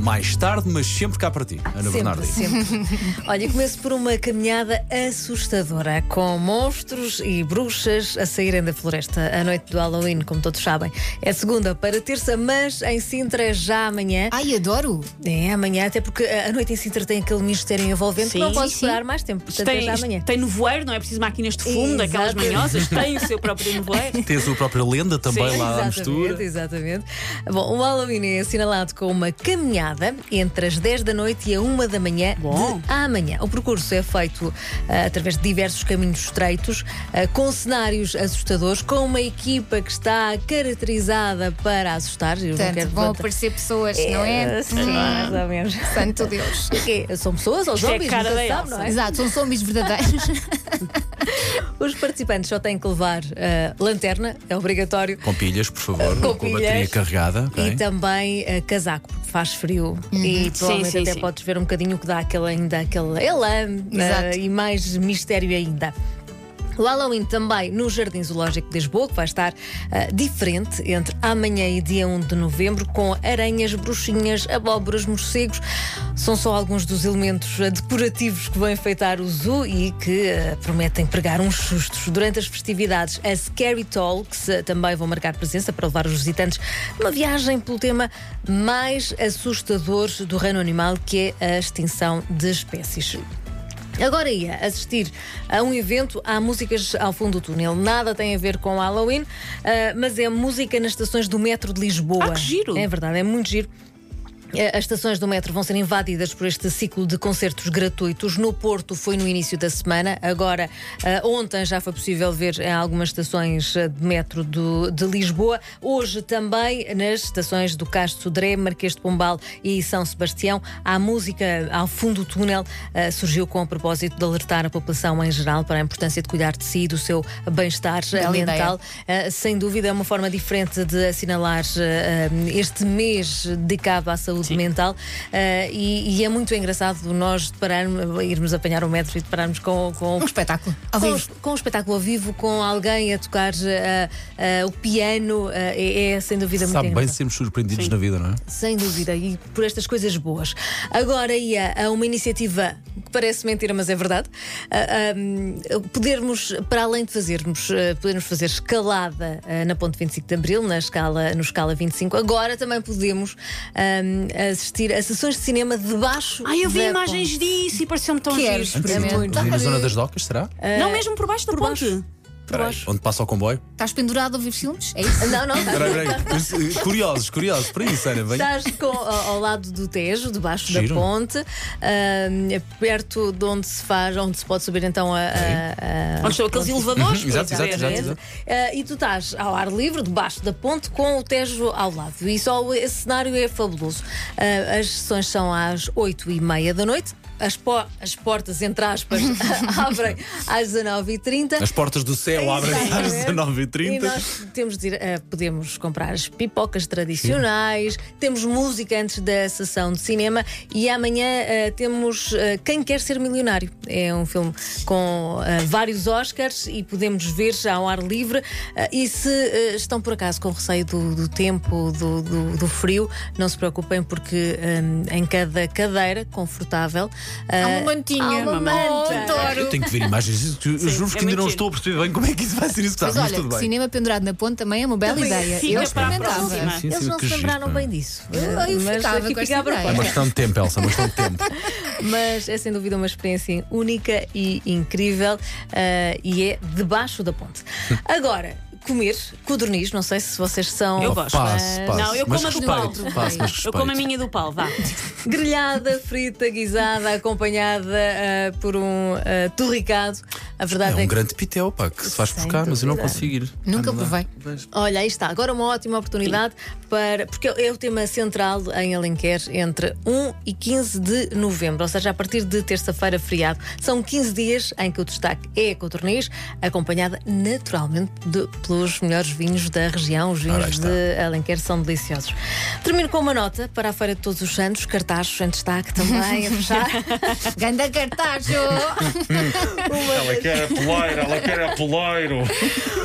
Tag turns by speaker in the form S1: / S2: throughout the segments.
S1: Mais tarde, mas sempre cá para ti, Ana Bernardi.
S2: Sempre. Olha, começo por uma caminhada assustadora, com monstros e bruxas a saírem da floresta. A noite do Halloween, como todos sabem, é segunda para terça, mas em Sintra é já amanhã.
S3: Ai, adoro!
S2: É amanhã, até porque a noite em Sintra tem aquele mistério envolvente que não pode esperar mais tempo. Portanto, é já amanhã.
S4: Tem nevoeiro, não é preciso máquinas de fumo, daquelas manhosas, tem o seu próprio nevoeiro.
S1: Tem a sua própria lenda também
S4: Sim,
S1: lá à mistura.
S2: Exatamente. Bom, o Halloween é assinalado com uma caminhada entre as 10 da noite e a 1 da manhã
S4: Bom.
S2: de amanhã. O percurso é feito através de diversos caminhos estreitos, com cenários assustadores, com uma equipa que está caracterizada para assustar. Eu não
S3: Portanto,
S2: quero
S3: vão
S2: levantar-
S3: aparecer pessoas, não é?
S2: Sim, mais ou menos.
S3: Santo Deus!
S2: O quê? São pessoas ou
S4: Isto é
S2: zombies?
S4: cara
S2: Nunca
S4: da
S2: se sabe,
S4: Elsa.
S2: não é?
S3: Exato, são zombies verdadeiros.
S2: Os participantes só têm que levar lanterna, é obrigatório.
S1: Com pilhas, por favor,
S2: Com
S1: com a bateria
S2: pilhas.
S1: carregada. ok?
S2: E também casaco, porque faz frio e provavelmente
S4: Sim,
S2: até
S4: sim.
S2: podes ver um bocadinho o que dá aquele elan
S3: Exato.
S2: e mais mistério ainda. O Halloween também no Jardim Zoológico de Lisboa, que vai estar diferente entre amanhã e dia 1 de novembro, com aranhas, bruxinhas, abóboras, morcegos. São só alguns dos elementos decorativos que vão enfeitar o zoo e que prometem pregar uns sustos. Durante as festividades, a Scary Talks também vão marcar presença para levar os visitantes numa viagem pelo tema mais assustador do reino animal, que é a extinção de espécies. Agora ia assistir a um evento, há músicas ao fundo do túnel. Nada tem a ver com Halloween, mas é música nas estações do metro de Lisboa.
S4: Ah, que giro!
S2: É verdade, é muito giro. As estações do metro vão ser invadidas por este ciclo de concertos gratuitos. No Porto foi no início da semana. Agora, ontem já foi possível ver em algumas estações de metro de Lisboa. Hoje também nas estações do Castro Sodré, Marquês de Pombal e São Sebastião. A música ao fundo do túnel surgiu com o propósito de alertar a população em geral para a importância de cuidar de si e do seu bem-estar
S3: Bela
S2: mental. Sem dúvida é uma forma diferente de assinalar este mês dedicado à saúde mental, e é muito engraçado nós irmos apanhar o metro e depararmos com
S3: Um espetáculo ao vivo.
S2: com um espetáculo ao vivo, com alguém a tocar o piano. É sem dúvida muito
S1: Sabe bem
S2: engraçado.
S1: sermos surpreendidos na vida, não é?
S2: Sem dúvida, e por estas coisas boas. Agora ia a uma iniciativa que parece mentira, mas é verdade. Podermos, para além de podermos fazer escalada na Ponte 25 de Abril, no escala 25, agora também podemos assistir a sessões de cinema debaixo
S4: Ai, eu vi
S2: da
S4: imagens
S2: ponte.
S4: disso e pareceu-me tão
S3: Queres
S4: giro.
S3: experimentar?
S2: muito.
S1: Ali na zona das docas, será?
S4: Não, mesmo por baixo da ponte.
S1: Espera aí, onde passa o comboio?
S3: Estás pendurado a ouvir filmes? É isso?
S2: Não, não,
S1: Espera aí. Curiosos, para isso, Ana. Vem.
S2: Estás ao lado do Tejo, debaixo da
S1: Giro.
S2: ponte, perto de onde se pode subir então
S4: Onde estão aqueles elevadores?
S1: Exato,
S4: para ir ver.
S1: exato.
S2: E tu estás ao ar livre, debaixo da ponte, com o Tejo ao lado. E só esse cenário é fabuloso. As sessões são às 8h30 da noite. As portas, entre aspas, abrem às 19h30.
S1: As portas do céu abrem às
S2: Exatamente.
S1: 19h30.
S2: E nós temos de ir, podemos comprar as pipocas tradicionais, temos música antes da sessão de cinema e amanhã temos Quem Quer Ser Milionário. É um filme com vários Oscars e podemos ver já ao ar livre. E se estão por acaso com receio do tempo, do frio, não se preocupem porque em cada cadeira confortável
S3: Há uma mantinha.
S2: há uma manta.
S3: Adoro.
S1: Eu tenho que ver imagens disso. Eu juro-vos que
S4: é
S1: ainda
S4: muito
S1: não
S4: giro.
S1: estou a perceber bem como é que isso vai ser executado.
S3: Mas
S1: Mas
S3: olha,
S1: tudo bem.
S3: cinema pendurado na ponte também é uma bela
S2: Também
S3: ideia.
S4: fica
S3: Eu
S4: para a
S3: experimentava.
S4: próxima.
S1: Sim,
S2: Eles
S1: sim,
S2: não
S1: que
S2: se lembraram
S1: giro,
S2: bem disso.
S3: Eu
S2: Mas
S3: ficava
S2: aqui
S3: com
S2: fica
S3: essa
S2: a proposta.
S1: É uma questão de tempo, Elsa, uma questão de tempo.
S2: Mas é sem dúvida uma experiência única e incrível, e é debaixo da ponte. Agora, comer codorniz, não sei se vocês são
S4: Eu gosto.
S1: Passo.
S4: Não, eu
S1: Mas
S4: como a do
S1: respeito,
S4: Paulo.
S1: passo, mas
S4: Eu como a
S1: respeito.
S4: minha do Paulo, vá.
S2: grelhada, frita, guisada, acompanhada por um torricado. A verdade
S1: É
S2: é
S1: um
S2: que
S1: grande pitel, pá, que se faz
S2: Sem
S1: buscar, mas eu não
S2: dúvida.
S1: consigo ir.
S3: Nunca
S1: Não dá.
S3: provei.
S1: Vejo.
S2: olha, aí está. Agora uma ótima oportunidade porque é o tema central em Alenquer entre 1 e 15 de novembro, ou seja, a partir de terça-feira, feriado. São 15 dias em que o destaque é a codorniz, acompanhada naturalmente pelos melhores vinhos da região. Os
S1: Ora, aí
S2: vinhos
S1: está.
S2: de Alenquer são deliciosos. Termino com uma nota para a Feira de Todos os Santos, cartazes em destaque também a fechar.
S3: Ganda cartacho!
S5: Ela quer a poleira, ela quer a poleiro.
S2: Uma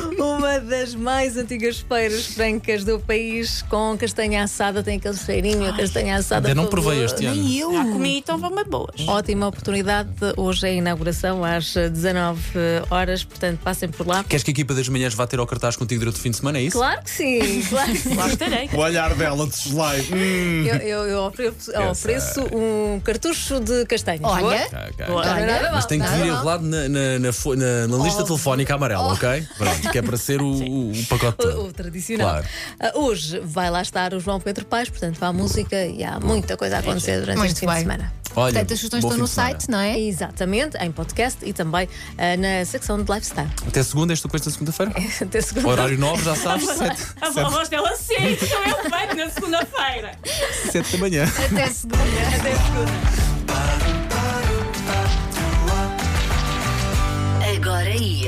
S2: uma das mais antigas feiras francas do país, com castanha assada, tem aquele cheirinho, a castanha assada.
S1: Ainda não
S2: por favor.
S1: provei este ano.
S3: Nem eu.
S4: Já comi, então vão-me boas.
S2: Ótima oportunidade. Hoje é a inauguração às 19 horas, portanto passem por lá.
S1: Queres que a equipa das manhãs vá ter ao cartaz contigo durante o fim de semana? É isso?
S2: Claro que sim, claro que sim.
S4: Lá estarei.
S1: O olhar dela de slime.
S2: Eu ofereço um cartucho de castanhas.
S3: Olha.
S2: Boa?
S1: Ok.
S4: Boa.
S2: Não é nada mal,
S1: Mas tem que
S2: nada
S1: vir
S2: mal.
S1: enrolado na lista telefónica amarela, ok? Pronto, que é para ser o pacote todo.
S2: O tradicional.
S1: Claro.
S2: Hoje vai lá estar o João Pedro Paes, portanto há música e há muita coisa a acontecer durante
S3: Muito
S2: este fim de
S3: bem.
S2: semana.
S1: Olha,
S3: Portanto, as sugestões
S1: bom
S3: estão
S1: fim
S3: no
S1: de semana.
S3: site, não é?
S2: Exatamente, em podcast e também na secção de lifestyle.
S1: Até segunda, esta coisa segunda-feira.
S2: Até segunda.
S1: Horário 9, já sabes, 7
S4: A voz dela sim, isso é o feito na segunda-feira.
S1: da manhã.
S3: Até segunda.
S2: Até segunda.
S5: Agora ia.